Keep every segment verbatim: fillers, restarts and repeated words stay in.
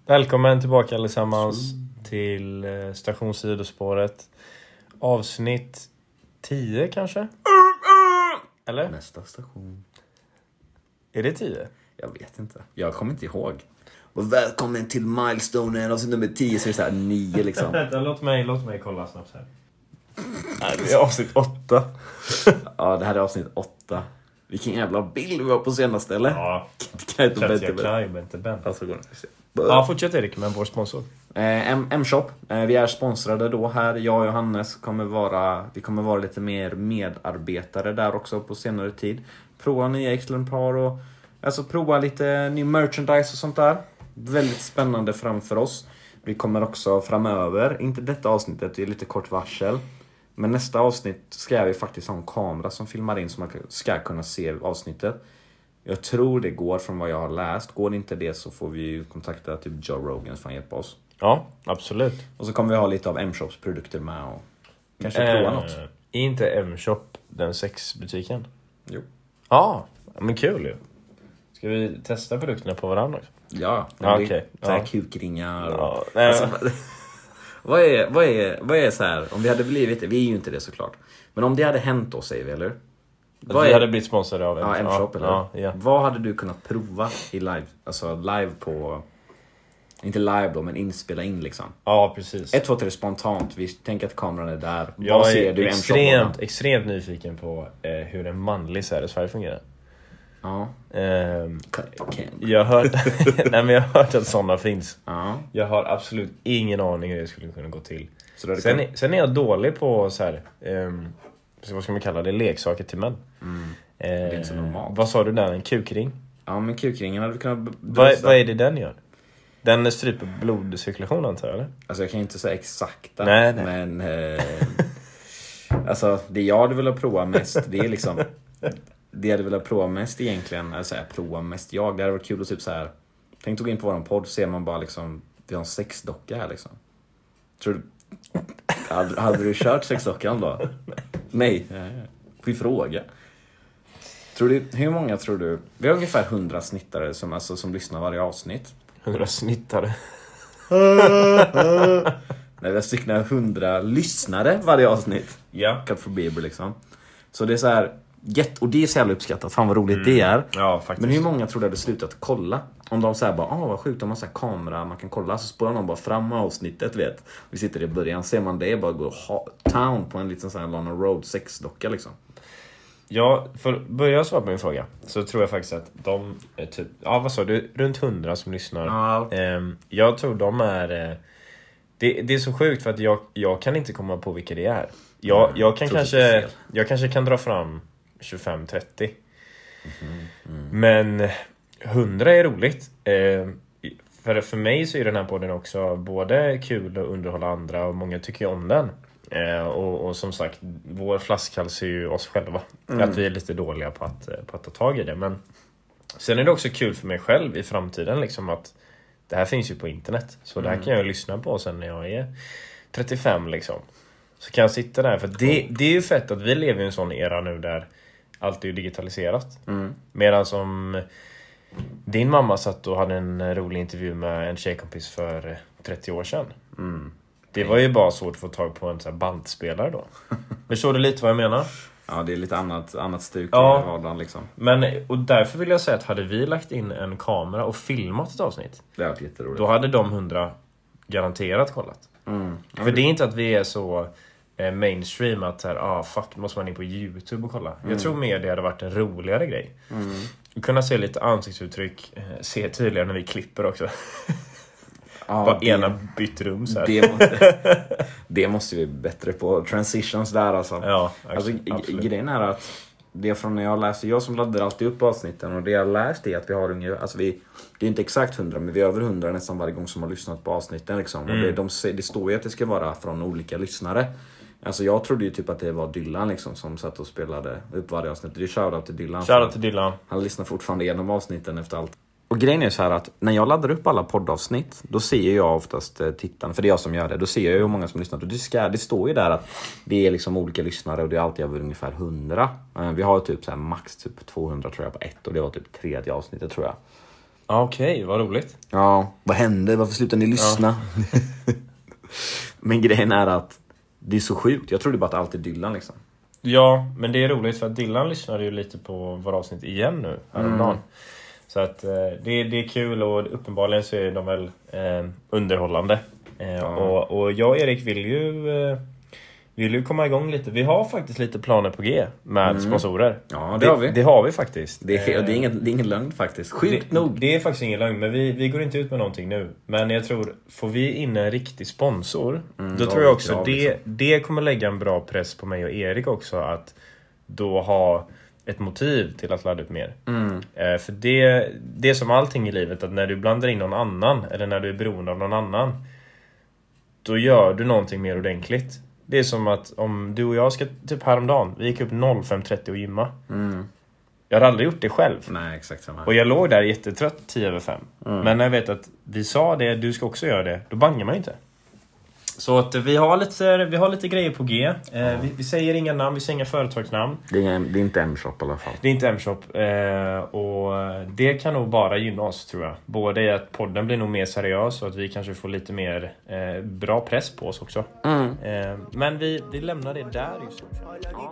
Välkommen tillbaka allesammans till eh, stationssidospåret. Avsnitt tio kanske? Eller? Nästa station. Är det tio? Jag vet inte. Jag kommer inte ihåg. Och välkommen till Milestone. Avsnitt nummer tio, så är det så här nio liksom. Vänta, låt mig, låt mig kolla snabbt här. Nej, det är avsnitt åtta. Ja, det här är avsnitt åtta. Vilken jävla bild vi har på senaste, eller? Ja, kan jag inte Katja bättre. Kaj, inte Ben. Alltså, går det. Ja, fortsätt Erik med vår sponsor. Eh, M- M-shop. Eh, vi är sponsrade då här. Jag och Johannes kommer vara, vi kommer vara lite mer medarbetare där också på senare tid. Prova nya exemplar och alltså prova lite ny merchandise och sånt där. Väldigt spännande framför oss. Vi kommer också framöver, inte detta avsnittet, det är lite kort varsel. Men nästa avsnitt ska vi faktiskt ha en kamera som filmar in så man ska kunna se avsnittet. Jag tror det går från vad jag har läst. Går det inte det så får vi ju kontakta typ Joe Rogan för att hjälpa oss. Ja, absolut. Och så kommer vi ha lite av M-shops produkter med och kanske prova eh, något. Är inte M-shop den sexbutiken? Jo. Ja, men kul ju. Ska vi testa produkterna på varandra också? Ja, Ja, det okej. så här Ja. kukringar. Och, Ja, nej, alltså, vad är, vad är, vad är så här, om vi hade blivit det, vi är ju inte det såklart. Men om det hade hänt då, säger vi, eller? Vad vi är... hade blivit sponsrade av ja, M-shop, eller? Ja, ja. Vad hade du kunnat prova i live? Alltså live på, inte live då, men inspela in liksom. Ja, precis. Ett, två, tre spontant. Vi tänker att kameran är där. Jag Vad är ser du extremt, extremt nyfiken på eh, hur en manlig Sverige fungerar. Ja. Ehm, Okay. jag har hört Nej, men jag har hört att sådana finns. Ja. Jag har absolut ingen aning hur det skulle kunna gå till. Så det Sen, kan... är, sen är jag dålig på så här, ehm, vad ska man kalla det, leksaker till män. Mm. Ehm, Det är inte så normalt. Vad sa du där, en kukring? Ja, men kukringen hade du kunnat b- Vad, vad är det den gör? Den stryper blodcirkulation antar jag, eller? Alltså jag kan inte säga exakta. Nej, nej. Men eh, alltså det jag hade velat prova mest, det är liksom det jag hade velat prova mest egentligen, alltså jag prova mest jag, det hade varit kul att typ så här. Tänk att gå in på våran podd, ser man bara liksom vi har en sexdocka här liksom. Tror du hade, hade du kört sexdockan då? Nej. Vi fråga. Tror du, hur många tror du? Vi har ungefär hundra snittare som alltså som lyssnar varje avsnitt. Hundra snittare. Nej, vi har styckna hundra lyssnare varje avsnitt. Ja. Cut for Bieber liksom. Så det är så här jätt, och det är så jävla uppskattat. Fan vad roligt mm. det är. Ja, faktiskt. Men hur många tror du hade slutat kolla? Om de säger bara, ah vad sjukt, de har så här kamera man kan kolla, så spårar någon bara fram avsnittet, vet. Vi sitter i början, ser man det, bara gå town på en liten sån här Lana Road sexdocka liksom. Ja, för att börja svara på min fråga så tror jag faktiskt att de är typ, ja vad sa du, runt hundra som lyssnar. Ja. ehm, Jag tror de är eh, det, det är så sjukt för att jag, jag kan inte komma på vilka det är. Jag, Mm, jag kan tror kanske Jag kanske kan dra fram tjugofem trettio. Mm, mm. Men hundra är roligt. ehm, för, för mig så är den här podden också både kul att underhålla andra och många tycker om den. Eh, och, och som sagt, vår flaskhals är ju oss själva. Mm. Att vi är lite dåliga på att, på att ta tag i det. Men sen är det också kul för mig själv i framtiden liksom att det här finns ju på internet. Så mm. det här kan jag ju lyssna på sen när jag är trettiofem liksom. Så kan jag sitta där. För det, det är ju fett att vi lever i en sån era nu där allt är ju digitaliserat. Mm. Medan som din mamma satt och hade en rolig intervju med en tjejkompis för trettio år sedan. Mm. Det var ju bara svårt att få tag på en sån här bandspelare då. Förstår du lite vad jag menar? Ja, det är lite annat, annat stuk ja. i vardagen liksom. Men, och därför vill jag säga att hade vi lagt in en kamera och filmat ett avsnitt, det hade varit jätteroligt. Då hade de hundra garanterat kollat. Mm. Ja, för det är inte att vi är så eh, mainstream att här, ah fuck, måste man in på YouTube och kolla. Mm. Jag tror mer det hade varit en roligare grej. Mm. Kunna se lite ansiktsuttryck, eh, se tydligare när vi klipper också. Ja, bara det, ena bytt rum så här. Det måste, det måste vi bli bättre på. Transitions där alltså. Ja, alltså grejen är att det från när jag läste, jag som laddar alltid upp avsnitten, och det jag läst är att vi har ungefär, alltså vi, det är inte exakt hundra, men vi är över hundra nästan varje gång som har lyssnat på avsnitten liksom. Mm. Och det, de, det står ju att det ska vara från olika lyssnare. Alltså jag trodde ju typ att det var Dylan liksom som satt och spelade upp varje avsnitt. Det är shoutout till Dylan. Shoutout till Dylan. Han lyssnar fortfarande igenom avsnitten efter allt. Och grejen är så här att när jag laddar upp alla poddavsnitt, då ser jag oftast eh, tittarna, för det är jag som gör det, då ser jag ju hur många som lyssnar. Och det, ska, det står ju där att vi är liksom olika lyssnare och det är alltid över ungefär hundra. Eh, vi har typ så här max typ tvåhundra tror jag på ett, och det var typ tredje avsnittet tror jag. Ah, okej, okay, vad roligt. Ja, vad hände? Varför slutade ni lyssna? Ja. Men grejen är att det är så sjukt. Jag trodde bara att allt är Dylan liksom. Ja, men det är roligt för att Dylan lyssnade ju lite på vår avsnitt igen nu häromdagen. Mm. Så att eh, det, det är kul och uppenbarligen så är de väl eh, underhållande. Eh, ja. och, och jag och Erik vill ju... Eh, vill ju komma igång lite. Vi har faktiskt lite planer på G med mm. sponsorer. Ja, det, det har vi. Det har vi faktiskt. Det är, det är, ingen, det är ingen lögn faktiskt. Sjukt det, nog. Det är faktiskt ingen lögn, men vi, vi går inte ut med någonting nu. Men jag tror, får vi in en riktig sponsor, mm, då tror jag också krav, det, liksom. det kommer lägga en bra press på mig och Erik också att då ha ett motiv till att ladda upp mer. Mm. Eh, för det, det är som allting i livet, att när du blandar in någon annan eller när du är beroende av någon annan, då gör du någonting mer ordentligt. Det är som att om du och jag ska typ häromdagen, vi gick upp fem trettio och gymma. Mm. Jag hade aldrig gjort det själv. Nej, exakt samma. Och jag låg där jättetrött tio över fem. Mm. Men när jag vet att vi sa det, du ska också göra det, då bangar man inte. Så att vi har lite, vi har lite grejer på G. Eh, vi, vi säger inga namn, vi säger inga företagsnamn. Det är, det är inte M-shop i alla fall. Det är inte M-shop. Eh, och det kan nog bara gynna oss, tror jag. Både i att podden blir nog mer seriös och att vi kanske får lite mer eh, bra press på oss också. Mm. Eh, men vi, vi lämnar det där just nu.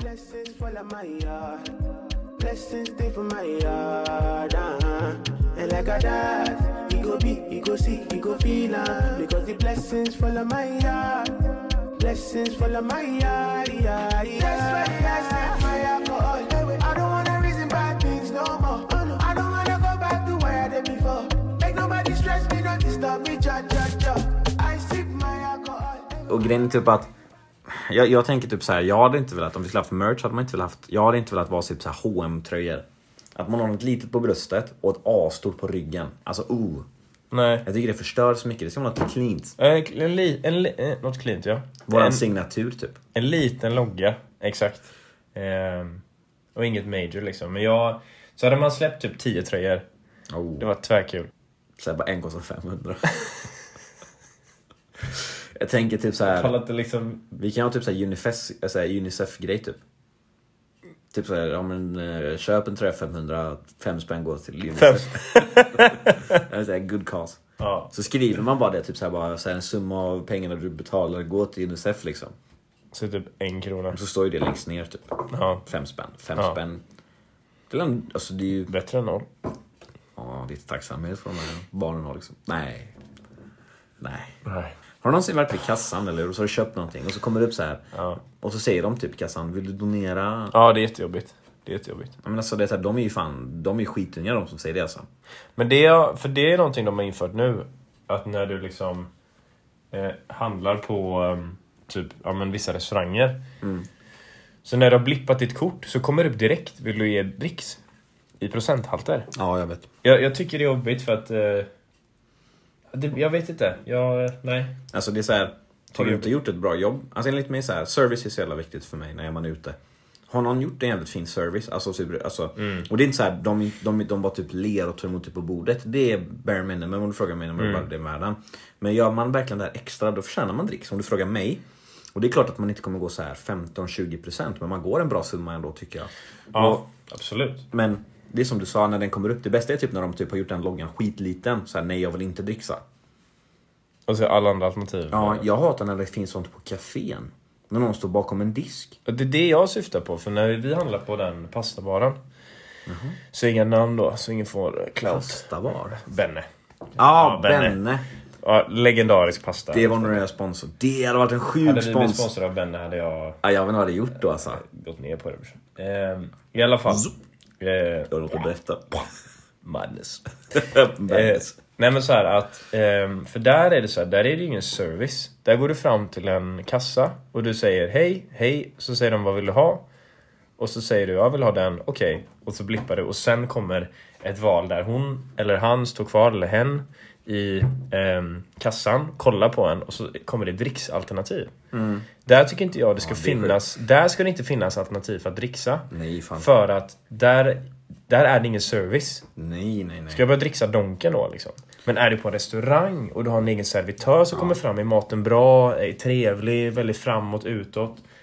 Blessings stay for my yard, uh-huh. And like a dad, he go be, he go see, he go feel uh, because the blessings follow my yard. Blessings follow my yard, yeah, yeah. That's why I set my alcohol. I don't wanna reason bad things no more. I don't wanna go back to where I did before. Make nobody stress me, not disturb me, ja, ja, ja. I sip my alcohol. Och grejen är typ att Jag, jag tänker typ så här, jag hade inte velat, om vi skulle haft merch hade man inte velat haft, jag hade inte velat vara typ så här H och M-tröjor. Att man har något litet på bröstet och ett A-stort på ryggen. Alltså, oh. Nej. Jag tycker det förstör så mycket, det ska vara något cleant. En, en, li, en, en, något cleant, ja. Våran en, signatur typ. En liten logga, exakt. Ehm, och inget major liksom. Men jag, så hade man släppt typ tio tröjor. Oh. Det var tvärkul. Så här, bara en kostar femhundra. Jag tänker typ så här. Liksom... Vi kan ha typ så här Unicef, så här Unicef-grej typ. Typ så här, ja men köp en tröja femhundra, fem spänn går till Unicef. Det är en good cause. Ja. Så skriver man bara det, typ så här, bara så här, en summa av pengarna du betalar går till Unicef liksom. Så typ en krona. Så står ju det längst ner typ. Ja. Fem spänn, fem ja. spänn. Alltså det är ju... Bättre än noll. Ja, lite tacksamhet för de här barnen har liksom. Nej. Nej. Nej. Har du någonsin varit vid kassan eller hur? Så har du köpt någonting och så kommer det upp så här. Ja. Och så säger de typ i kassan, vill du donera? Ja, det är jättejobbigt. Det är jättejobbigt. Ja, men alltså det är så här, de är ju fan, de är ju skitunga de som säger det alltså. Men det är, för det är någonting de har infört nu. Att när du liksom eh, handlar på um, typ, ja men vissa restauranger. Mm. Så när du har blippat ditt kort så kommer det upp direkt, vill du ge dricks i procenthalter. Ja, jag vet. Jag, jag tycker det är jobbigt för att eh, det, jag vet inte. Jag, nej. Alltså det är så här, har du inte gjort ett bra jobb? Alltså enligt mig så här, service är så jävla viktigt för mig när man är ute. Har någon gjort en jävligt fin service? Alltså, typ, alltså mm. och det är inte så här, de, de, de bara typ ler och tar emot det på bordet. Det är bare minimum, men om du frågar mig när man mm. bara det är världen. Men gör man verkligen det här extra, då förtjänar man dricks. Om du frågar mig. Och det är klart att man inte kommer gå så här femton till tjugo procent, men man går en bra summa ändå tycker jag. Ja, och, absolut. Men det är som du sa, när den kommer upp, det bästa är typ när de typ har gjort den loggan skitliten. Så här, nej jag vill inte dricksa. Och så alla andra alternativ. Ja, jag hatar när det finns sånt på kafén. När någon står bakom en disk. Det är det jag syftar på. För när vi handlar på den pastabaren. Mm-hmm. Så inga namn då. Så ingen får clout. Pastabar? Benne. Ah, ja, Benne. Benne. Ja, legendarisk pasta. Det var nog en sponsor. Det hade varit en sjuk spons. Hade vi blivit sponsor av Benne hade jag... Ja, jag vet inte vad det gjort då alltså. Gått ner på det. Eh, I alla fall. Eh, jag har något att berätta. Madness. eh, nej men så här att eh, för där är det så här, där är det ingen service. Där går du fram till en kassa och du säger hej, hej, så säger de vad vill du ha? Och så säger du jag vill ha den, okej. Okay. Och så blippar du och sen kommer ett val där hon eller han står kvar eller hen i eh, kassan, kollar på en och så kommer det dricksalternativ. Mm. Där tycker inte jag det ska ja, det finnas, där ska det inte finnas alternativ för att dricksa. Nej, fan. För att där Där är det ingen service. Nej, nej, nej. Ska jag börja dricksa donken då liksom? Men är du på en restaurang och du har en egen servitör som ja. kommer fram, är maten bra, är trevlig, väldigt framåt, utåt.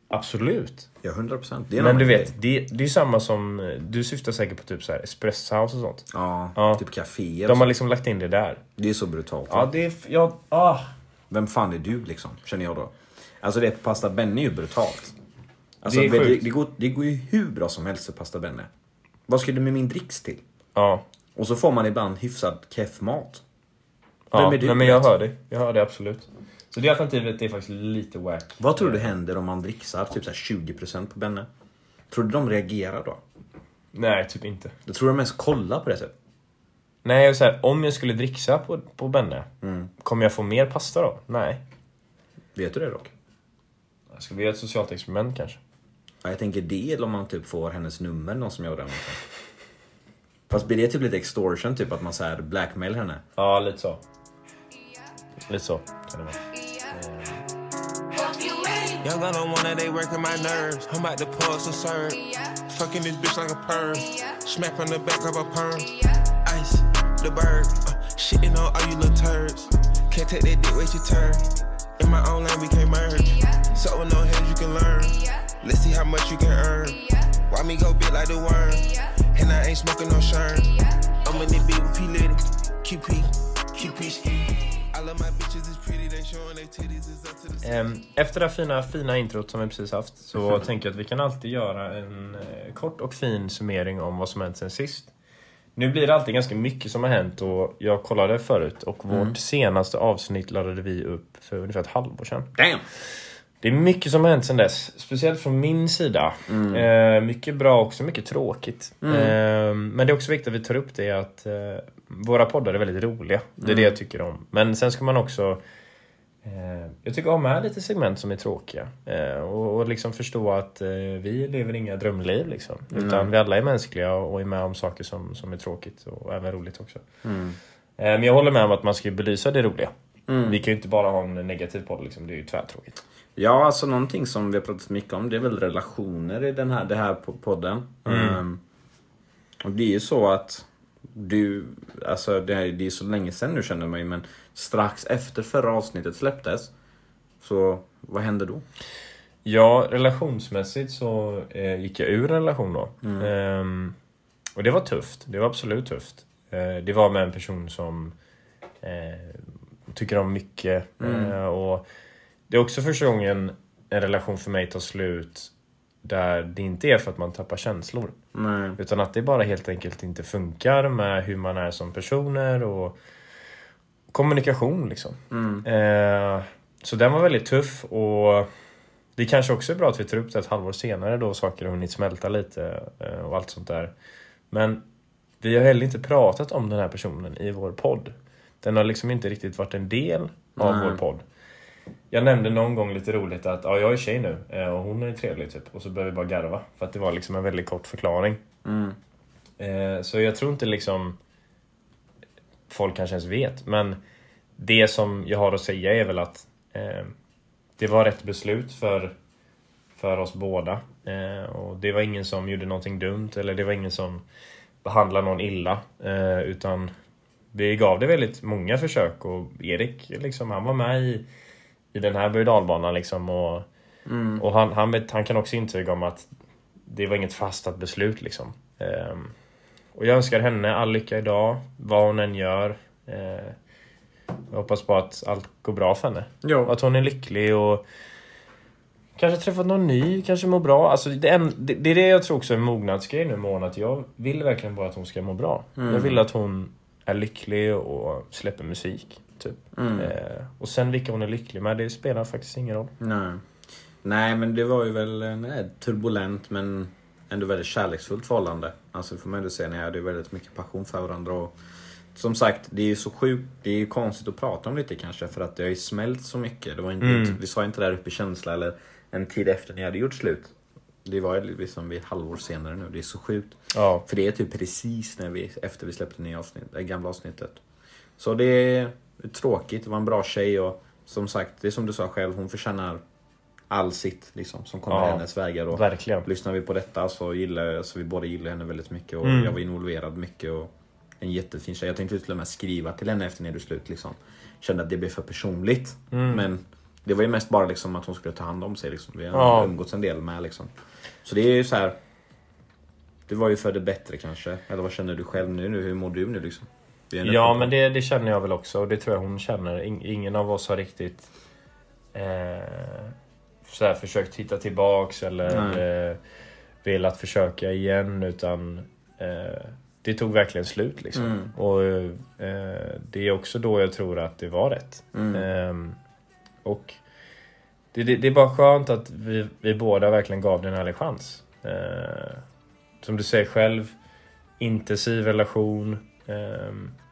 Absolut. Ja, hundra procent. Men du vet, det, det är samma som... Du syftar säkert på typ så här espresso house och sånt. Ja, ja. typ kaféer. De har liksom lagt in det där. Det är så brutalt. Ja, det är... Ja, ah. Vem fan är du liksom, känner jag då? Alltså det pasta benne är ju brutalt. Alltså det, är det, sjukt. det, går, det går ju hur bra som helst för pasta benne. Vad ska du med min dricks till? Ja. Och så får man ibland hyfsad keff mat. Ja, Vem är du? nej, men jag hör det. Jag hör det absolut. Så det alternativet är faktiskt lite wack. Vad tror du händer om man dricksar typ så här tjugo procent på benne? Tror du de reagerar då? Nej, typ inte. Jag tror de mest kollar på det sättet. Nej, så här, om jag skulle dricksa på, på Benne, Mm. kommer jag få mer pasta då? Nej. Vet du det dock? Ska vi göra ett socialt experiment kanske? Ja, jag tänker det, eller om man typ får hennes nummer, någon som gör det. Fast blir det typ lite extortion, typ att man så här blackmail henne? Ja, lite så. Lite så kan det vara. Young gun on one of they working my nerves. I'm about to pull some serve. Fucking this bitch like a perm. Smack from the back of a perm. Ice, the bird. Uh, shitting on all you little turds. Can't take that dick, wait your turn. In my own lane we can't merge. So with no hands you can learn. Let's see how much you can earn. Why me go big like the worm? And I ain't smoking no shirt. I'm in the beat with P Litty. Q P, Q P. I love my bitches is pretty. They showing their titties is up to the... Efter det fina, fina introt som vi precis haft så tänker jag att vi kan alltid göra en eh, kort och fin summering om vad som hänt sen sist. Nu blir det alltid ganska mycket som har hänt och jag kollade förut och vårt mm. senaste avsnitt laddade vi upp för ungefär ett halvår sedan. Damn! Det är mycket som har hänt sen dess, speciellt från min sida. Mm. Eh, mycket bra också, mycket tråkigt. Mm. Eh, men det är också viktigt att vi tar upp det att eh, våra poddar är väldigt roliga. Det är mm. det jag tycker om. Men sen ska man också... Eh, jag tycker om med lite segment som är tråkiga. Eh, och, och liksom förstå att eh, vi lever inga drömliv liksom. Mm. Utan vi alla är mänskliga och är med om saker som, som är tråkigt och även roligt också. Mm. Eh, men jag håller med om att man ska belysa det roliga. Mm. Vi kan ju inte bara ha en negativ podd liksom. Det är ju tvärtråkigt. Ja, alltså någonting som vi har pratat mycket om, det är väl relationer i den här, det här podden. Mm. Um, och det är ju så att du, alltså det är, det är så länge sedan nu känner man ju, men strax efter förra avsnittet släpptes, så vad hände då? Ja, relationsmässigt så eh, gick jag ur relation då. Mm. Um, och det var tufft, det var absolut tufft. Uh, det var med en person som uh, tycker om mycket mm. uh, och det är också första gången en relation för mig tar slut där det inte är för att man tappar känslor. Nej. Utan att det bara helt enkelt inte funkar med hur man är som personer och kommunikation liksom. Mm. Eh, så den var väldigt tuff och det kanske också är bra att vi tar upp det ett halvår senare då saker har hunnit smälta lite eh, och allt sånt där. Men vi har heller inte pratat om den här personen i vår podd. Den har liksom inte riktigt varit en del av Nej. vår podd. Jag nämnde någon gång lite roligt att ja, jag är tjej nu och hon är trevlig typ. Och så började vi bara garva. För att det var liksom en väldigt kort förklaring. Mm. Eh, så jag tror inte liksom folk kanske ens vet. Men det som jag har att säga är väl att eh, det var rätt beslut för, för oss båda. Eh, och det var ingen som gjorde någonting dumt. Eller det var ingen som behandlade någon illa. Eh, utan vi gav det väldigt många försök. Och Erik liksom, han var med i i den här berg-dalbanan liksom och, mm. och han, han, han kan också intyga om att det var inget fastat beslut liksom. Um, och jag önskar henne all lycka idag, vad hon än gör. Uh, jag hoppas på att allt går bra för henne. Jo. Att hon är lycklig och kanske träffat någon ny, kanske mår bra. Alltså det, är, det, det är det jag tror också är en mognadsgrej nu med att jag vill verkligen bara att hon ska må bra. Mm. Jag vill att hon är lycklig och släpper musik. Typ. Mm. Eh, och sen vilka hon är lycklig med, det spelar faktiskt ingen roll. Nej, nej men det var ju väl nej, turbulent men ändå väldigt kärleksfullt förhållande. Alltså får man ändå säga, ni hade ju väldigt mycket passion för varandra. Och som sagt, det är ju så sjukt, det är ju konstigt att prata om lite kanske. För att det har ju smält så mycket. Det var inte, mm. Vi sa inte där uppe i känsla eller en tid efter ni hade gjort slut. Det var ju liksom vi halvår senare nu, det är så sjukt. Ja. För det är typ precis när vi, efter vi släppte nya avsnitt, det gamla avsnittet. Så det är tråkigt, det var en bra tjej och som sagt, det är som du sa själv, hon förtjänar all sitt liksom, som kommer ja, hennes vägar och verkligen. Lyssnar vi på detta så gillar så vi båda gillar henne väldigt mycket och mm. jag var involverad mycket och en jättefin tjej. Jag tänkte till och med skriva till henne efter när du slut liksom. Kände att det blev för personligt mm. men Det var ju mest bara liksom att hon skulle ta hand om sig liksom. Vi har Ja. umgåtts en del med liksom. Så det är ju så här. Det var ju för det bättre kanske. Eller vad känner du själv nu? Hur mår du nu liksom? Ja, men det, det känner jag väl också. Och det tror jag hon känner. Ingen av oss har riktigt eh, så här, försökt hitta tillbaks eller eh, velat försöka igen. Utan eh, det tog verkligen slut liksom. Mm. Och eh, det är också då jag tror att det var rätt. Mm. Eh, och det, det, det är bara skönt att vi, vi båda verkligen gav den en ärlig chans. Eh, som du säger själv, intensiv relation. Eh,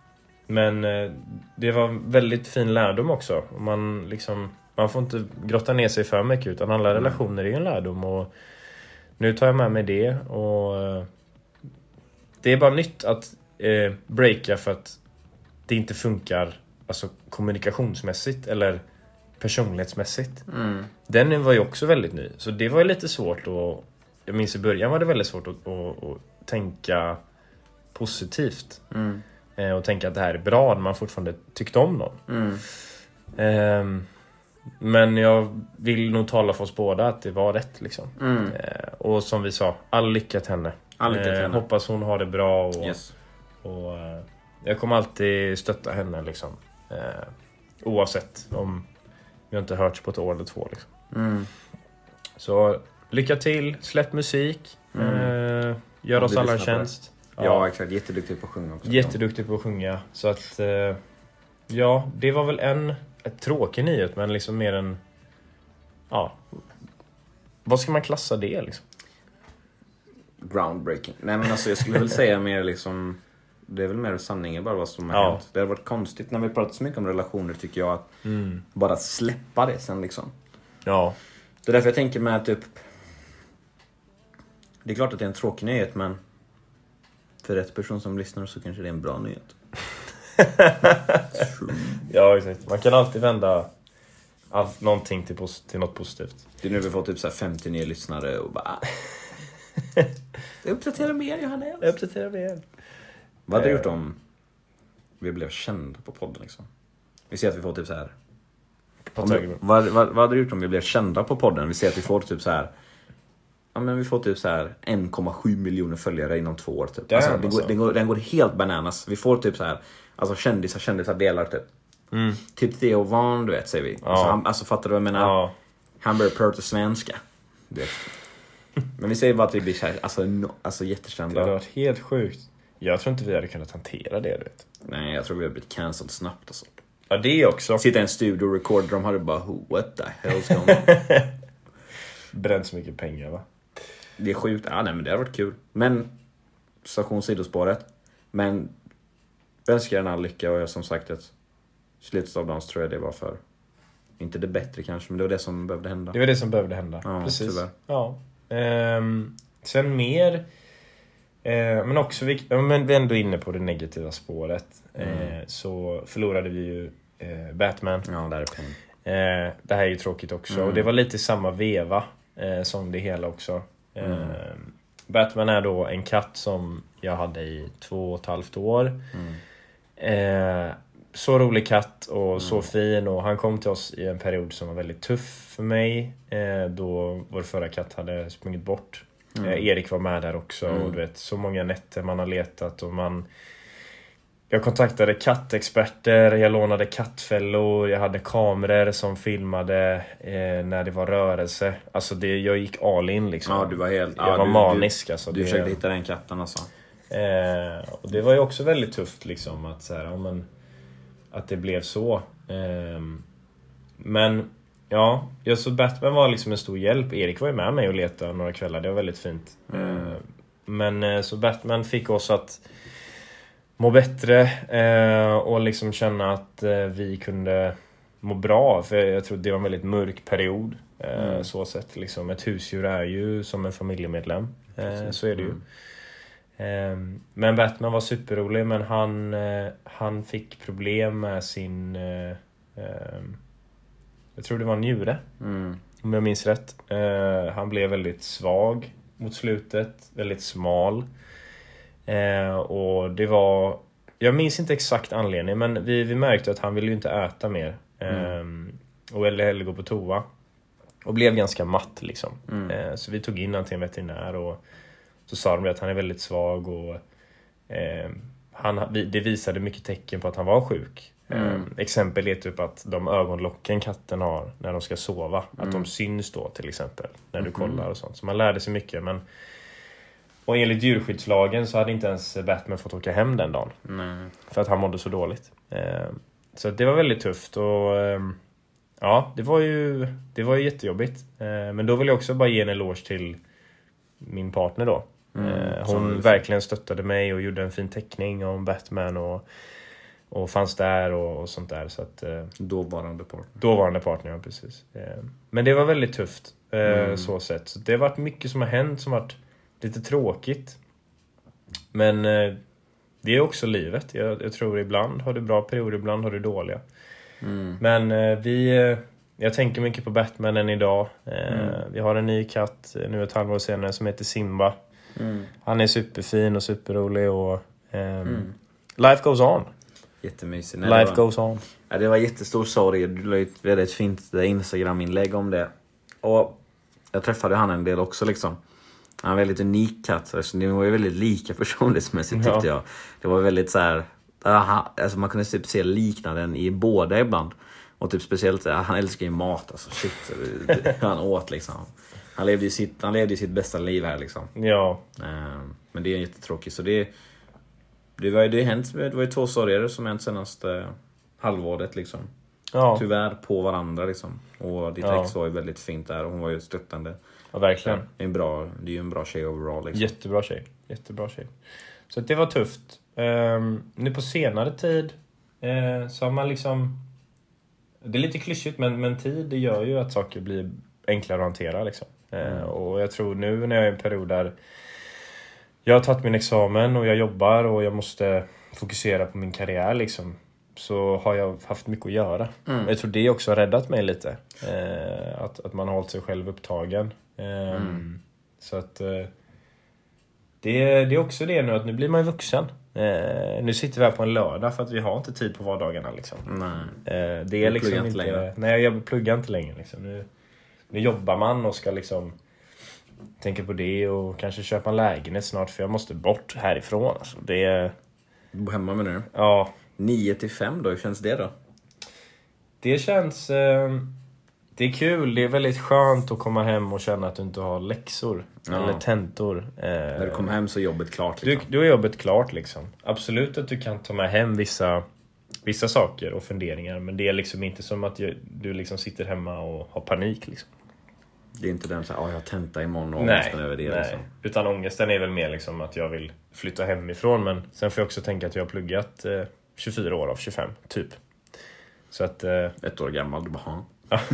men eh, det var en väldigt fin lärdom också. Man, liksom, man får inte grotta ner sig för mycket, utan alla Mm. relationer är ju en lärdom. Och nu tar jag med mig det. Och eh, det är bara nytt att eh, breaka för att det inte funkar, alltså kommunikationsmässigt eller personlighetsmässigt. Mm. Den var ju också väldigt ny. Så det var ju lite svårt att, jag minns i början var det väldigt svårt att, att, att tänka positivt. Mm. Eh, och tänka att det här är bra när man fortfarande tyckte om någon. Mm. Eh, men jag vill nog tala för oss båda att det var rätt liksom. Mm. Eh, och som vi sa, all lycka till henne. All lycka till henne. Eh, hoppas hon har det bra. Och, Yes. och eh, jag kommer alltid stötta henne liksom. Eh, oavsett om vi inte hörts på ett år eller två liksom. Mm. Så lycka till, släpp musik. Mm. Eh, gör Ja, oss vi alla en lyssnar på det. tjänst. Ja, exakt. Jätteduktig på att sjunga också. Jätteduktig på att sjunga. Så att eh, ja, det var väl en ett tråkig nyhet, men liksom mer en, ja, vad ska man klassa det liksom? Groundbreaking. Nej, men alltså jag skulle väl säga mer liksom, det är väl mer sanningen bara vad som har Ja. hänt. Det har varit konstigt när vi pratar så mycket om relationer, tycker jag, att Mm. bara släppa det sen liksom. Ja, Det är därför jag tänker med typ, det är klart att det är en tråkig nyhet, men för rätt person som lyssnar så kanske det är en bra nyhet. ja exakt. Man kan alltid vända allt, någonting till, pos- till något positivt. Det är nu vi får typ så här femtio nya lyssnare och bara uppdatera mer, Johannes. Jag uppdaterar mig igen. Vad hade du Eh. gjort om vi blev kända på podden liksom? Vi ser att vi får typ så här. På Om, taget. vad, vad, vad hade du gjort om vi blev kända på podden? Vi ser att vi får typ så här. Ja, men vi får typ så här en komma sju miljoner följare inom två år typ. Damn, Alltså, den, alltså. går, den, går, den går helt bananas. Vi får typ så här, alltså kändisar, kändisar delar typ. Mm. Typ Theo Von, du vet, säger vi. Ja. Alltså, han, alltså fattar du vad jag menar? Ja. Han börjar prata svenska. Du vet. Men vi säger bara att vi blir kär, alltså, no, alltså Det jättekända. hade varit helt sjukt. Jag tror inte vi hade kunnat hantera det, du vet. Nej, jag tror vi har blivit cancelled snabbt alltså. Ja, det också. Sitta i en studio och recorda, de hade bara what the hell's going on? Bränt så mycket pengar, va? Det är sjukt. Ja, nej, men det har varit kul. Men station sidospåret. Men jag önskar en all lycka, och jag som sagt att slutet av dagen tror jag det var för, inte det bättre kanske, men det var det som behövde hända. Det var det som behövde hända. Ja, Precis. tyvärr. Ja. Ehm, sen mer, eh, men också vi, ja, men vi är ändå inne på det negativa spåret. Eh, så förlorade vi ju eh, Batman. Ja, där är pengar. Eh, det här är ju tråkigt också. Mm. Och det var lite samma veva eh, som det hela också. Eh, Mm. Batman är då en katt som jag hade i två och ett halvt år. Mm. Eh, så rolig katt och så fin. Och han kom till oss i en period som var väldigt tuff för mig. Eh, då vår förra katt hade sprungit bort. Mm. Eh, Erik var med där också. Mm. Och du vet, så många nätter man har letat. Och man... Jag kontaktade kattexperter, jag lånade kattfällor, jag hade kameror som filmade eh, när det var rörelse. Alltså det, jag gick all in liksom. Ja, du var helt... Jag ja, var du, manisk alltså. Du, du det, försökte hitta den katten alltså. eh, och det var ju också väldigt tufft liksom att, så här, ja, men, att det blev så. Eh, men ja, jag så Batman var liksom en stor hjälp. Erik var ju med mig och letade några kvällar, det var väldigt fint. Mm. Eh, men eh, så Batman fick oss att må bättre eh, och liksom känna att eh, vi kunde må bra, för jag tror det var en väldigt mörk period eh, Mm. så sett liksom. Ett husdjur är ju som en familjemedlem, eh, så är det ju. Mm. Eh, men Batman var superrolig, men han eh, han fick problem med sin eh, eh, jag tror det var njure, Mm. om jag minns rätt. Eh, han blev väldigt svag mot slutet, väldigt smal. Eh, och det var, jag minns inte exakt anledning, men vi, vi märkte att han ville ju inte äta mer. Eh, Mm. och eller hellre gå på toa. Och blev ganska matt liksom. Mm. Eh, så vi tog in han till en veterinär och så sa de att han är väldigt svag och eh, han, det visade mycket tecken på att han var sjuk. Mm. Eh, exempel är typ att de ögonlocken katten har när de ska sova, mm. att de syns då till exempel när du mm. kollar och sånt. Så man lärde sig mycket, men och enligt djurskyddslagen så hade inte ens Batman fått åka hem den dagen. Mm. För att han mådde så dåligt. Eh, så det var väldigt tufft och eh, ja, det var ju det var ju jättejobbigt. Eh, men då vill jag också bara ge en eloge till min partner då. Mm, eh, hon verkligen stöttade mig och gjorde en fin teckning om Batman och, och fanns där och, och sånt där. Så att, eh, dåvarande partner. Dåvarande partner, ja, precis. Eh, men det var väldigt tufft eh, mm. så sett. Så det har varit mycket som har hänt som har varit lite tråkigt. Men eh, det är också livet. Jag, jag tror ibland har du bra perioder, ibland har du dåliga. Mm. Men eh, vi... Eh, jag tänker mycket på Batman än idag. Eh, mm. Vi har en ny katt nu ett halvår senare som heter Simba. Mm. Han är superfin och superrolig och eh, mm. life goes on. Jättemysigt. Nej, life var, goes on. Ja, det var jättestor sorg. Du la ett väldigt fint Instagram-inlägg om det. Och jag träffade han en del också liksom. Han var en väldigt unik katt. Alltså, det var ju väldigt lika personlighetsmässigt tyckte ja. jag. Det var väldigt så här... Aha, alltså man kunde typ se liknaden i båda ibland. Och typ speciellt, han älskar ju mat. Alltså shit, han åt liksom. Han levde ju sitt, han levde ju sitt bästa liv här liksom. Ja. Um, men det är jättetråkigt. Så det, det var ju det hänt, det var ju två sorger som hänt senaste halvåret liksom. Ja. Tyvärr på varandra liksom. Och ditt ja. ex var ju väldigt fint där och hon var ju stöttande. Ja, verkligen. Det är, en bra, det är ju en bra tjej overall liksom. Jättebra tjej, jättebra tjej. Så det var tufft. Um, nu på senare tid uh, så har man liksom... Det är lite klyschigt, men, men tid det gör ju att saker blir enklare att hantera liksom. Mm. Uh, och jag tror nu när jag är i en period där jag har tagit min examen och jag jobbar och jag måste fokusera på min karriär liksom, så har jag haft mycket att göra. Mm. Jag tror det också har räddat mig lite. Uh, att, att man har hållit sig själv upptagen. Um, mm. Så att... Uh, Det, det är också det nu att nu blir man ju vuxen. Eh, nu sitter vi här på en lördag för att vi har inte tid på vardagarna liksom. Nej. Eh, det är jag liksom inte inte längre. Nej, jag pluggar inte längre liksom. Nu, nu jobbar man och ska liksom tänka på det och kanske köpa en lägenhet snart för jag måste bort härifrån alltså. Det är du bor hemma med nu. Ja. nio till fem då, hur känns det då? Det känns eh, det är kul, det är väldigt skönt att komma hem och känna att du inte har läxor ja. eller tentor. Eh, När du kommer hem så är jobbet klart liksom. Du, du är jobbet klart liksom. Absolut att du kan ta med hem vissa, vissa saker och funderingar. Men det är liksom inte som att jag, du liksom sitter hemma och har panik liksom. Det är inte den så här, jag har tenta imorgon och nej, ångesten över det. Nej, liksom. Utan ångesten är väl mer liksom att jag vill flytta hemifrån. Men sen får jag också tänka att jag har pluggat eh, tjugofyra år av tjugofem, typ. Så att... Eh, Ett år gammal, du bara, ha.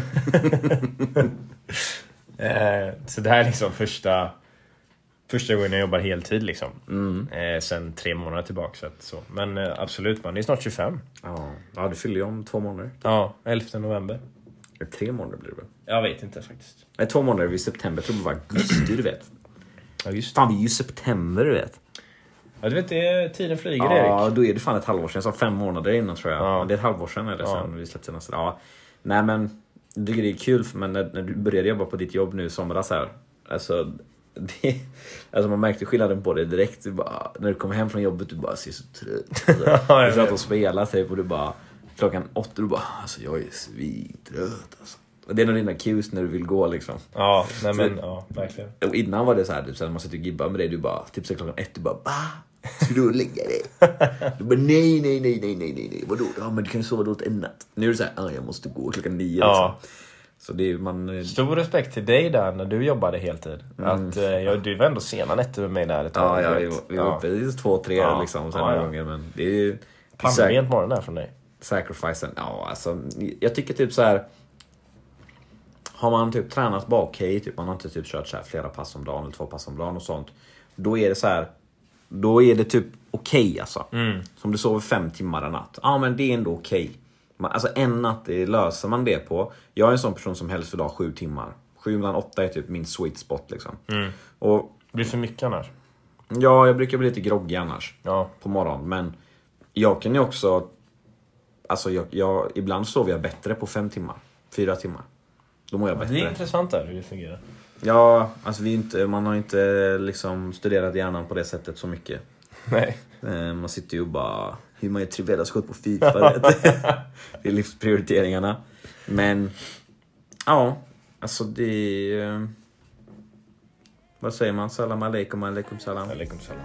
eh, så det här är liksom första första gången jag jobbar heltid liksom. Mm. eh, sen tre månader tillbaka så, att, så. Men eh, absolut man, det är snart tjugofem. Ja, ja du fyller ju om två månader. Ja, elfte november. Tre månader blir det väl? Jag vet inte faktiskt. Nej, två månader i september, jag tror det var augusti, du vet. Ja, just fan, vi är ju september, du vet. Ja, du vet, det är, tiden flyger, ja, Erik. Ja, då är det fan ett halvår sedan. Så fem månader innan, tror jag. Ja. Det är ett halvår sedan eller ja. sen vi släppte senast. Ja. Nej, men jag tycker det är kul, men när, när du började jobba på ditt jobb nu i somras här. Alltså, det, alltså man märkte skillnaden på det direkt. Du bara, när du kom hem från jobbet, du bara ser så trött. Alltså, du satt och spelade typ, och du bara, klockan åtta, du bara, alltså jag är svintrött alltså. Och det är nog dina cues när du vill gå liksom. Ja, nej men, så, ja, verkligen. Och innan var det så här, typ, så när man sitter och gibbar med dig, du bara, typ så klockan ett, du bara, bah! Ska du lägga dig? Du bara, nej, nej, nej, nej, nej, nej, vadå? Ja, men du kan ju sova då ett en natt. Nu är det så här, ah, jag måste gå klockan nio ja. liksom. Så det är man... Stor respekt till dig där när du jobbade heltid. Mm. Att, eh, ja, du var ändå sena nätter med mig där ett tag. Ja, ja, vi var, vi var uppe i två, tre ja. liksom sen ja, ja. gånger, men det är ju... Pannbent morgon där från dig. Sacrificen, ja alltså, jag tycker typ så här. Har man typ tränat bara okej, okay, typ man har inte typ kört så här flera pass om dagen eller två pass om dagen och sånt. Då är det så här, då är det typ okej okay, alltså. Mm. Som du sover fem timmar en natt. Ja, men det är ändå okej. Okay. Alltså en natt, det löser man det på. Jag är en sån person som helst vill ha sju timmar. Sju mellan åtta är typ min sweet spot liksom. Mm. Och det blir för mycket annars. Ja, jag brukar bli lite groggy annars. Ja. På morgonen. Men jag kan ju också... Alltså jag, jag, ibland sover jag bättre på fem timmar. Fyra timmar. Då mår jag bättre. Det är intressant där hur det fungerar. Ja, alltså vi inte, man har inte liksom studerat hjärnan på det sättet så mycket. Nej. Man sitter ju och bara, hur man är trivela skott på FIFA. Det är livsprioriteringarna. Men, ja, alltså det är... Vad säger man? Salam alaikum, alaikum salam. Alaikum salam.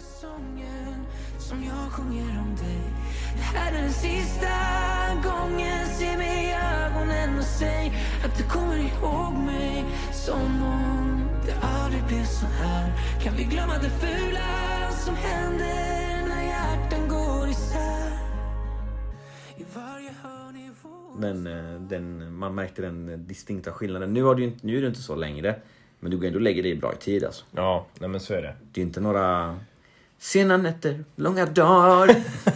Som jag sjunger om dig. Det här är den sista gången. Se mig i ögonen och säg att du kommer ihåg mig. Som om det aldrig blev så här. Kan vi glömma det fula som händer när hjärtan går isär. I varje hörn i vår... Den, den, man märkte den distinkta skillnaden. Nu, har du, nu är det inte så längre. Men du går ändå lägga dig i bra tid alltså. Ja, nej men så är det. Det är inte några sena nätter, långa dagar.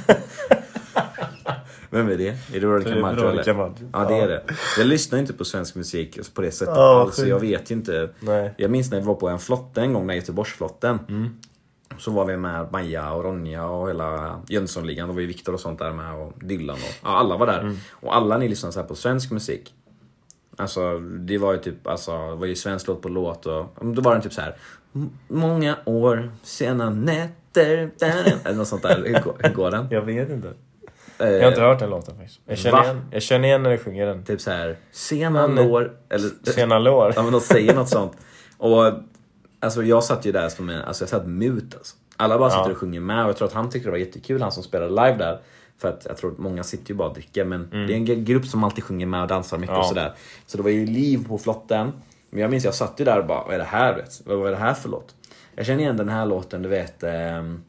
Vem är det? Är det Rory Camacho eller? Camacho. Ja, det är det. Jag lyssnar inte på svensk musik på det sättet. Ja, alltså, jag vet inte. Nej. Jag minns när vi var på en flotte en gång, när Göteborgsflotten. Mm. Så var vi med Maja och Ronja och hela Jönssonligan. Då var ju Viktor och sånt där med och Dylan och ja, alla var där. Mm. Och alla ni lyssnade så här på svensk musik. Alltså det var ju typ, alltså det var ju svensk låt på låt och då var det typ så här: många år, sena nätter, eller något sånt där. Hur går, hur går den? Jag vet inte. Jag har inte hört den låten faktiskt. Jag känner, igen, jag känner igen när du sjunger den. Typ så här: sena lår eller sena lår. Ja, men de säger något sånt. Och alltså jag satt ju där som en, alltså jag satt mut alltså. Alla bara sitter ja. och sjunger med och jag tror att han tyckte det var jättekul, han som spelade live där. För att jag tror att många sitter ju bara och dricker. Men mm. det är en grupp som alltid sjunger med och dansar mycket ja. och sådär. Så det var ju liv på flotten. Men jag minns jag satt ju där och bara, vad är det här vet? Vad är det här för låt? Jag känner igen den här låten, du vet. Um...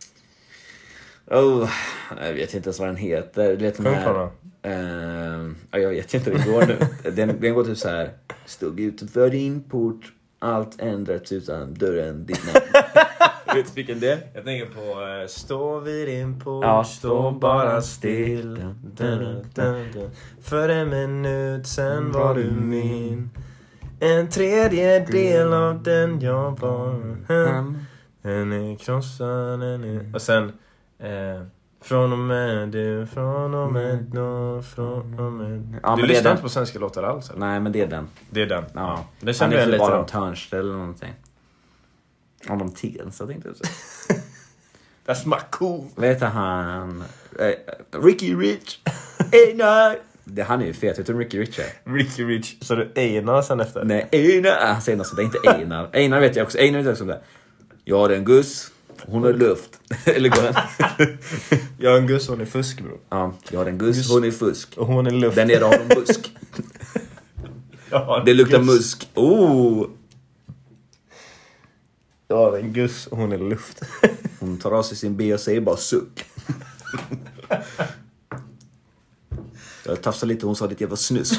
Oh, jag vet inte ens vad den heter. Du vet den här... Uh... Ja, jag vet inte hur det går nu. den, den går typ så här: stod utanför din port, allt ändrat utan dörren ditt namn. Vet du vilken det? Jag tänker på uh, stå vid din port, ja, stå bara still. Dun, dun, dun, dun. För en minut sen var du min. En tredjedel av den jag var. Den är krossad, den är... Och sen eh, från och med du, från och med då, från och med... Ja, du lyssnar inte på svenska låtar alls eller? Nej, men det är den. Det är den. Ja. Det kände jag lite bara om om Törnstedt eller någonting. Om de tens, jag tänkte så. That's my cool. Vet du han uh, Ricky Rich. Einar. Det han är ju fet, vet du Ricky Rich är? Ricky Rich. Så du Einar sen efter? Nej, Einar. Han säger något så det är inte Einar. Einar vet jag också. Einar vet jag också om det. Jag har en guss. Hon har luft. Eller går den? Jag har en guss, hon är fusk bro. Ja, jag har en guss, guss. Hon är fusk. Och hon är luft. Den nere har en busk. Det luktar guss. Musk. Oh. Jag har en guss och hon är luft. Hon tar av sig sin B och säger bara suck. Jag tafsade lite och hon sa ditt jävla snusk.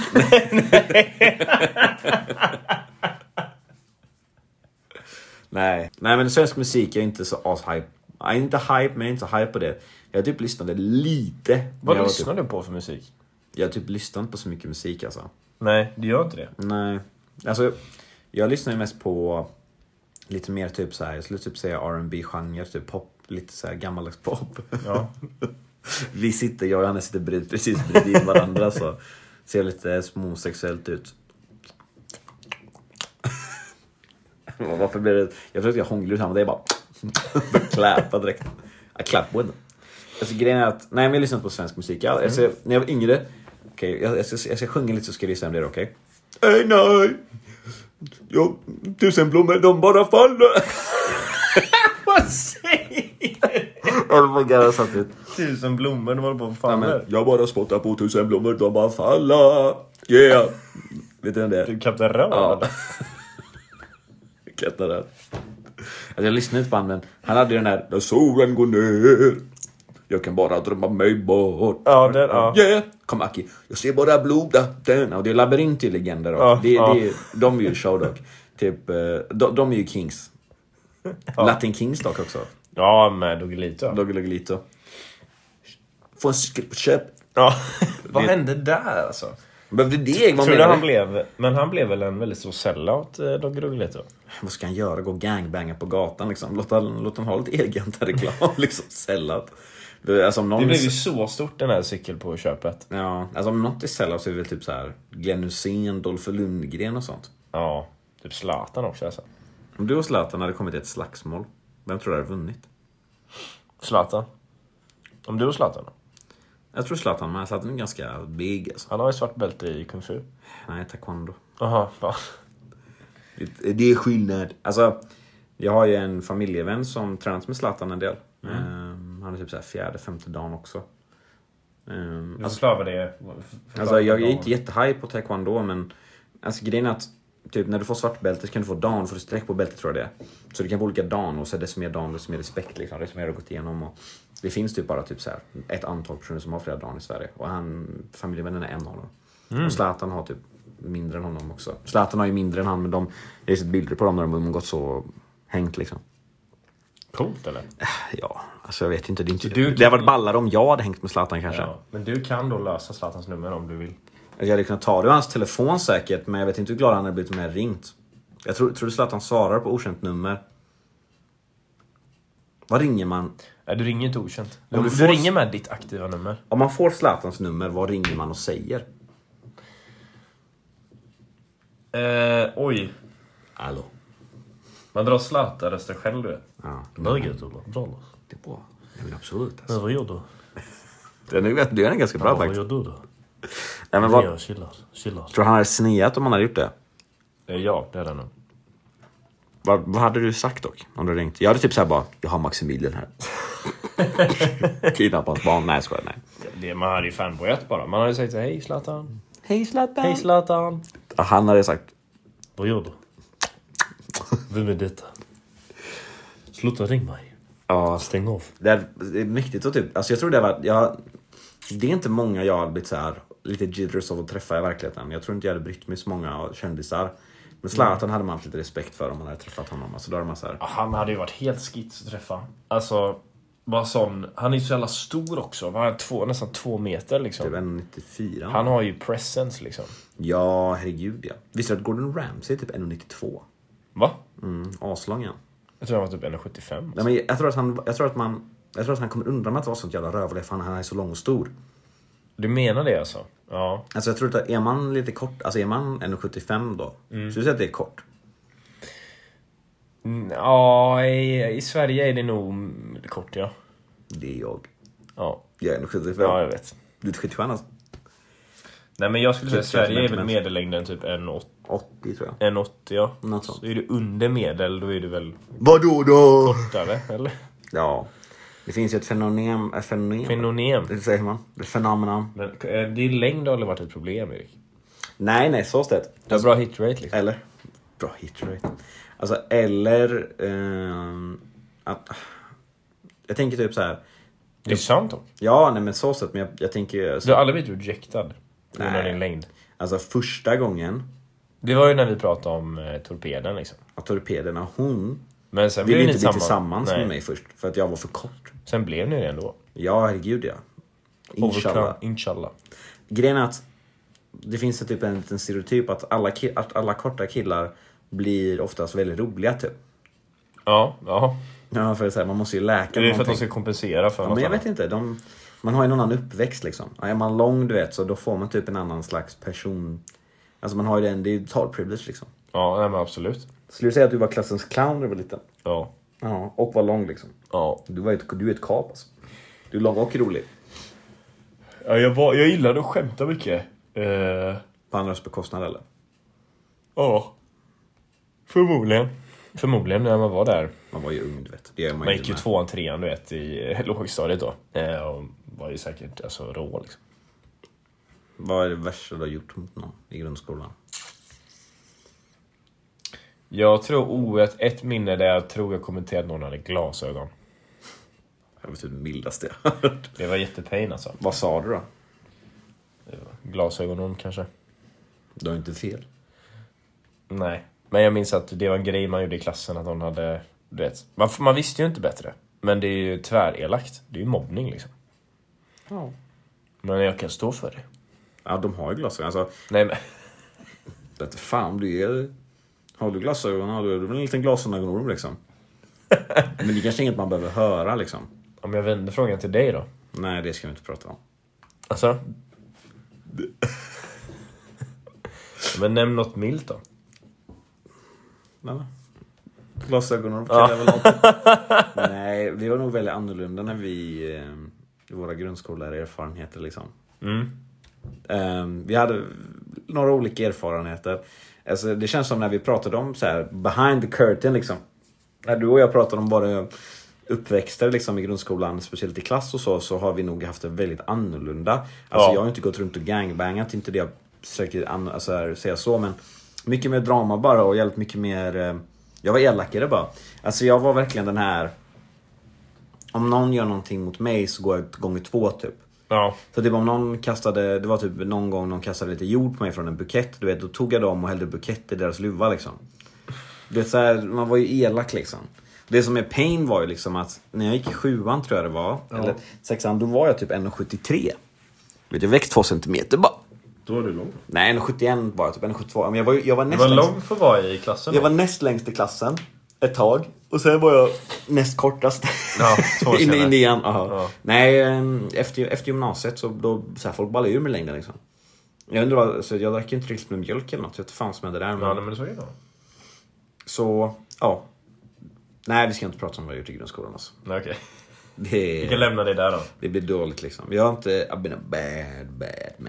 Nej. Nej, men svensk musik är inte så as-hype. Jag är inte hype, men jag är inte så hype på det. Jag typ lyssnade lite. Vad lyssnar typ... du på för musik? Jag typ lyssnar inte på så mycket musik alltså. Nej, du gör inte det? Nej. Alltså, jag lyssnar ju mest på lite mer typ så här, jag skulle typ säga R and B-genre, typ pop, lite så här gammaldags pop. Ja. Vi sitter, jag och Anna sitter bred, precis bredvid varandra så ser lite småsexuellt ut. Varför blir det? Jag tror att jag hånglar ut här, men det är bara kläpa direkt. Jag klappar den. Alltså grejen är att, nej men jag lyssnar på svensk musik. Jag, alltså, mm. När jag var yngre, okej, okay, jag, jag, ska, jag ska sjunga lite så ska jag lyssna om det, okej? Okay? Hey, nej! Jo, tusen blommor, de bara faller. Vad säger du? Oh my God, jag satt ut. Tusen blommor, de håller på att falla. Ja, jag bara spottar på tusen blommor, de bara faller. Yeah. Vet du vem det är? Du Kapten Röd. Ja. Kapten Röd. Alltså jag lyssnade inte på han, men han hade ju den där, när solen går ner, jag kan bara drömma mig bort. Ja, det, ja. Yeah, kom Aki. Jag ser bara bloda. Den. Och det är labyrint till legender. Ja, det, ja. Det, de är ju show dock. Typ, de, de är ju kings. Ja. Latin Kings dock också. Ja, med Doggelito. Doggelito. Få en cykel på köp. Ja, vad hände där alltså? Behövde det? Vad tror du han blev? Men han blev väl en väldigt så sellout, Doggelito. Vad ska han göra? Gå gangbanga på gatan liksom? Låt han, låt han ha lite egen reklam liksom. Sellout. Alltså, om någon Det blev är... ju så stort den här cykel på köpet. Ja, alltså om något är sällan så är det väl typ så här Glenn Hussein, Dolph Lundgren och sånt. Ja, typ Zlatan också alltså. Om du och Zlatan hade kommit till ett slagsmål, vem tror du hade vunnit? Zlatan. Om du och Zlatan då? Jag tror Zlatan, men Zlatan är ganska big alltså. Han har ju svart bälte i kung fu. Nej, taekwondo. Jaha, fan. Det, det är skillnad. Alltså, jag har ju en familjevän som tränat med Zlatan en del. Mm. Um, han är typ så här fjärde, femte dagen också. Um, Du alltså, förklarar vad det är. Alltså, jag är inte jättehaj på taekwondo, men alltså grejen är att typ, när du får svart bälte så kan du få dan, får du sträck på bältet tror jag det är. Så du kan få olika dan och så desto mer dan, desto mer respekt liksom, desto mer har du gått igenom. Och det finns typ bara typ så här, ett antal personer som har flera dan i Sverige. Och han, familjevännen är en av dem. Mm. Och Zlatan har typ mindre än honom också. Zlatan har ju mindre än han, men de, jag har sett bilder på dem när de har gått så hängt liksom. Coolt eller? Ja, alltså jag vet inte. Det, är inte, du, det har varit ballare om jag hade hängt med Zlatan kanske. Ja, men du kan då lösa Zlatans nummer om du vill. Jag hade kunnat ta det ur hans telefon säkert, men jag vet inte hur glad han hade blivit med ringt. Jag tror, tror du Zlatan svarar på okänt nummer? Vad ringer man? Nej, du ringer inte okänt. Du, Om du, du får- ringer med ditt aktiva nummer. Om man får Zlatans nummer, vad ringer man och säger? Eh, oj. Hallå? Man drar Zlatan-röster själv, du vet. Ja, Läget, Ola? Bra. det är bra. Jag vill absolut Men alltså. vad gör du? Den är, den är ganska bra Ja, vad faktiskt. gör du då? Nej, men vad, Jag chillar. Chillar. tror du han hade sneat om han hade gjort det? Eh, Ja, det är det nog. Vad, vad hade du sagt dock? Om du ringt? Jag hade typ såhär bara, jag har Maximilian här. Kidnappat hans barn. Nej, skojar, nej. Det, man hade ju fanboyat bara. Man hade sagt så här, hej Zlatan. Hej Zlatan. Hej Zlatan. Ja, han hade sagt, Vad gör du? Vem är detta? Sluta ring mig. ja, Stäng av. det är, det är mäktigt att typ, alltså jag tror det var, jag, det är inte många jag har blivit så här lite jitters av att träffa i verkligheten. Jag tror inte jag hade brytt mig så många kändisar. Men Zlatan hade man haft lite respekt för om man hade träffat honom. Alltså då hade man så här, Ja, han hade ju varit helt skits att träffa. Alltså, bara sån. Han är ju så jävla stor också. Han är två, nästan två meter liksom. typ en nittiofyra. Han har ju presence liksom. Ja, herregud ja. Visste du att Gordon Ramsay är typ en nittiotvå? Va? Mm, aslång ja. Jag tror han var typ en sjuttiofem. Nej, men jag tror att han, jag tror att man, jag tror att han kommer undan med att vara sånt jävla rövlig, för han är så lång och stor. Du menar det alltså? Ja. Alltså jag tror att är man lite kort, alltså är man en sjuttiofem då, mm. så du säger att det är kort. Mm, Ja, i, i Sverige är det nog kort, ja. Det är jag. Ja, Jag är en sjuttiofem. ja jag vet. Du är sjuttiofem alltså. Nej, men jag skulle säga att Sverige är väl Men- medellängden typ en åttio, åttio tror jag. en åttio ja. Något sånt. Så är du under medel, då är du väl Vadå då? kortare, eller? Ja. Det finns ju ett fenomen, ett fenomen. Fenomen. Det säger man. Det är fenomenon. Men eh, din längd har aldrig varit ett problem, Erik. Nej, nej, så ställt. Du har bra hitrate liksom. Eller? Bra hitrate. Alltså, eller ehm, att jag tänker typ så här. Det är sant dock. Ja, nej men så sätt, men jag, jag tänker ju Du har aldrig blivit rejectad på grund av Nej. din längd. alltså första gången Det var ju när vi pratade om eh, torpeden liksom. att torpederna, hon Men sen blev ville ni inte bli tillsammans Nej. med mig först för att jag var för kort. Sen blev ni det ändå. Ja, herregud ja. Inshallah. Overcome. Inshallah. Grejen är att det finns ett typ en liten stereotyp att alla, ki- att alla korta killar blir oftast väldigt roliga typ. Ja, ja. Ja, för att säga, man måste ju läka Det är för att de någonting. ska kompensera för Ja, något men jag annat. vet inte, de, man har ju någon annan uppväxt liksom. Ja, är man lång du vet, så då får man typ en annan slags person. Alltså man har ju den, det är ju tal privilege liksom. Ja, nej, men absolut. Skulle du säga att du var klassens clown när du var liten? Ja. Ja, och var lång liksom. Ja. Du, var ett, du är ett kap alltså. Du är lång och rolig. Ja, jag, var, jag gillade att skämta mycket. Eh, På andras bekostnad eller? ja. Förmodligen. Förmodligen när man var där. Man var ju ung du vet. Det gör man, Man ju gick inte ju med. tvåan, trean du vet i eh, lågstadiet då. Eh, och var ju säkert alltså, rå liksom. Vad är det värsta du har gjort mot någon i grundskolan? Jag tror oh, ett, ett minne där jag tror jag kommenterade att någon hade glasögon. Det var typ det mildaste jag har hört. Det var jättepain alltså. Vad sa du då? Det var glasögonon kanske. Du har inte fel. Nej. Men jag minns att det var en grej man gjorde i klassen att någon hade, du vet. Man, man visste ju inte bättre. Men det är ju tvärelakt. Det är ju mobbning liksom. Ja. Men jag kan stå för det. Ja, de har ju glasögon. Alltså, Nej men. det är fan, du är... Har du glasögon, har du, du är en liten glasögonorm liksom. Men det är kanske inget man behöver höra liksom. Om jag vänder frågan till dig då? Nej, det ska vi inte prata om. Alltså? Men nämn något milt då. Nej. Glasögonen. Ja. Nej, det var nog väldigt annorlunda när vi... Eh, våra grundskolare erfarenheter liksom. Mm. Um, vi hade några olika erfarenheter. Alltså, det känns som när vi pratade om så här, behind the curtain liksom. När du och jag pratade om bara uppväxter liksom, i grundskolan, speciellt i klass och så, så har vi nog haft det väldigt annorlunda. Alltså, ja. Jag har inte gått runt och gangbangat, inte det jag försöker an- alltså, här, säga så, men mycket mer drama bara och jävligt mycket mer... Eh, jag var elakare bara. Alltså jag var verkligen den här... Om någon gör någonting mot mig så går jag gånger två typ. Ja. Så typ om någon kastade, det var typ någon gång någon kastade lite jord på mig från en bukett, du vet, då tog jag dem och hällde bukett i deras luva liksom. Det är så här, man var ju elak liksom. Det som är pain var ju liksom att när jag gick i sjuan tror jag det var, ja. Eller sexan, då var jag typ en komma sjuttiotre. Vet jag växt två centimeter bara. Då är du lång. Nej, en komma sjuttioen var jag typ, en komma sjuttiotvå. Men jag var, jag var näst det var längst, lång för att vara i klassen. Jag var näst längst i klassen ett tag. Och sen var jag näst kortast. Ja, två in, in igen. Ja. Nej, efter, efter gymnasiet så då så här, folk ballade ur med längden liksom. Jag undrar, så jag drack inte riktigt med mjölk eller något. Jag vet fan som hände där. Men... Ja, men det så är det. Så, ja. Nej, vi ska inte prata om vad jag gjort i grundskolan alltså. Nej, okej. Det, vi kan lämna det där då. Det blir dåligt liksom. Jag har inte, I've been a bad, bad man.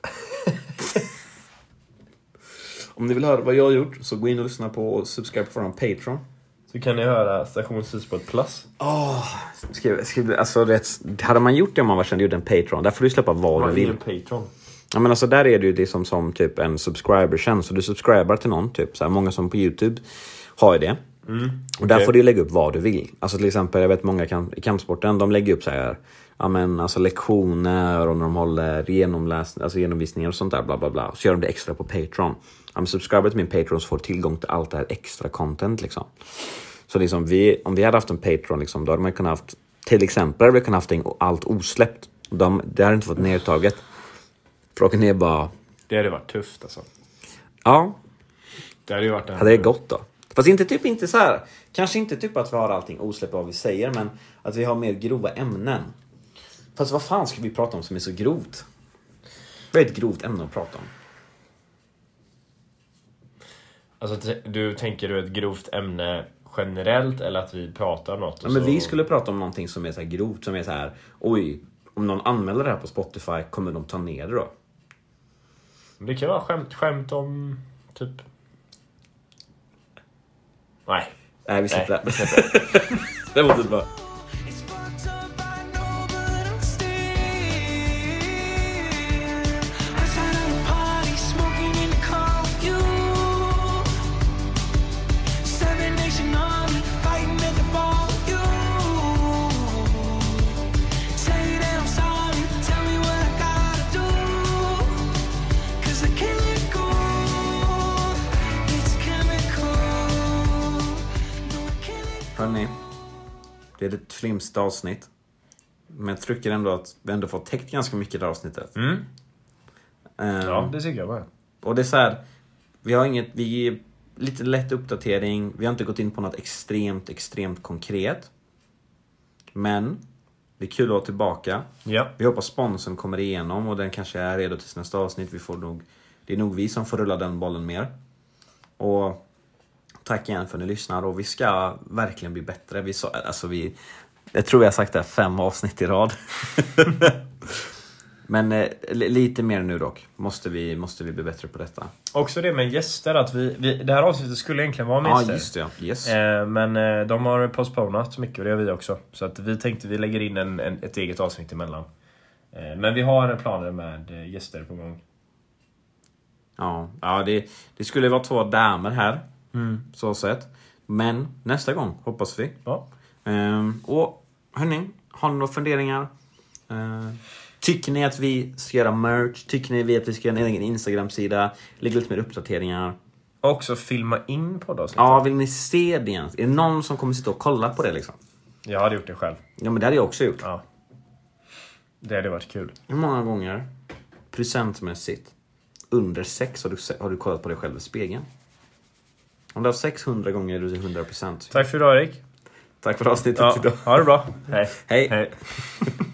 Om ni vill höra vad jag har gjort så gå in och lyssna på och subscribe på vår Patreon. Så kan ni höra Station Sysport Plus. Åh, oh, ska, ska, alltså det, hade man gjort det om man var känd gjorde en Patreon. Där får du släppa vad man du vill. En Patreon. Ja, men alltså där är det ju det som, som typ en subscriber-tjänst. Så du subscriber till någon typ. Så här, många som på YouTube har ju det. Mm, och där okay. får du lägga upp vad du vill. Alltså till exempel, jag vet många kan, i kampsporten, de lägger upp så här, ja men alltså lektioner och när de håller genomläsning, alltså genomvisningar och sånt där, bla bla bla. Så gör de det extra på Patreon. Ja, men subscriber till min Patreon så får du tillgång till allt det här extra content liksom. Så liksom vi, om vi hade haft en Patreon liksom, då hade man kunnat haft, till exempel, vi kunnat haft allt osläppt. De, det hade inte fått nedtaget. Frågan är bara... Det hade varit tufft alltså. Ja. Det hade ju varit en... Hade det gått då? Fast inte typ inte så här. Kanske inte typ att vi har allting osläppt vad vi säger, men att vi har mer grova ämnen. Fast vad fan ska vi prata om som är så grovt? Vad är ett grovt ämne att prata om? Alltså du tänker du ett grovt ämne generellt eller att vi pratar om något? Ja, men så... vi skulle prata om någonting som är så här grovt, som är så här, oj, om någon anmäler det här på Spotify kommer de ta ner det då? Det kan vara skämt, skämt om typ... Nej. Nej, vi släpper det. Det var inte bra. Hörrni, det är ett flimsigt avsnitt. Men jag tycker ändå att vi ändå fått täckt ganska mycket i det här avsnittet. Mm. Um, ja, det tycker jag med. Och det är så här, vi har inget, vi är lite lätt uppdatering. Vi har inte gått in på något extremt, extremt konkret. Men det är kul att vara tillbaka. Ja. Vi hoppas sponsorn kommer igenom och den kanske är redo till nästa avsnitt. Vi får nog, det är nog vi som får rulla den bollen mer. Och tack igen för att ni lyssnar och vi ska verkligen bli bättre. Vi så, alltså vi, jag tror vi har sagt det här fem avsnitt i rad. Men eh, lite mer nu dock. Måste vi, måste vi bli bättre på detta. Också det med gäster. Att vi, vi, det här avsnittet skulle egentligen vara med Ja, gäster. just det. Yes. Eh, men eh, de har postponat mycket och det har vi också. Så att vi tänkte vi lägger in en, en, ett eget avsnitt emellan. Eh, men vi har planer med eh, gäster på gång. Ja, ja det, det skulle vara två damer här. Mm. Så sett. Men nästa gång hoppas vi. Ja. Um, och hörni, har ni några funderingar? Uh, tycker ni att vi ska göra merch? Tycker ni att vi ska göra en egen Instagram-sida? Lägga ut mer uppdateringar? Och också filma in på det. Ja, vill ni se det ens? Är det någon som kommer sitta och kolla på det liksom? Jag hade gjort det själv. Ja, men det hade jag också gjort. Ja. Det hade varit kul. Hur många gånger procentmässigt under sex har du, har du kollat på dig själv i spegeln? Om du har sexhundra gånger är du hundra procent. Tack för idag, Erik. Tack för avsnittet Ja, idag. ha det bra. Hej. Hej. Hej.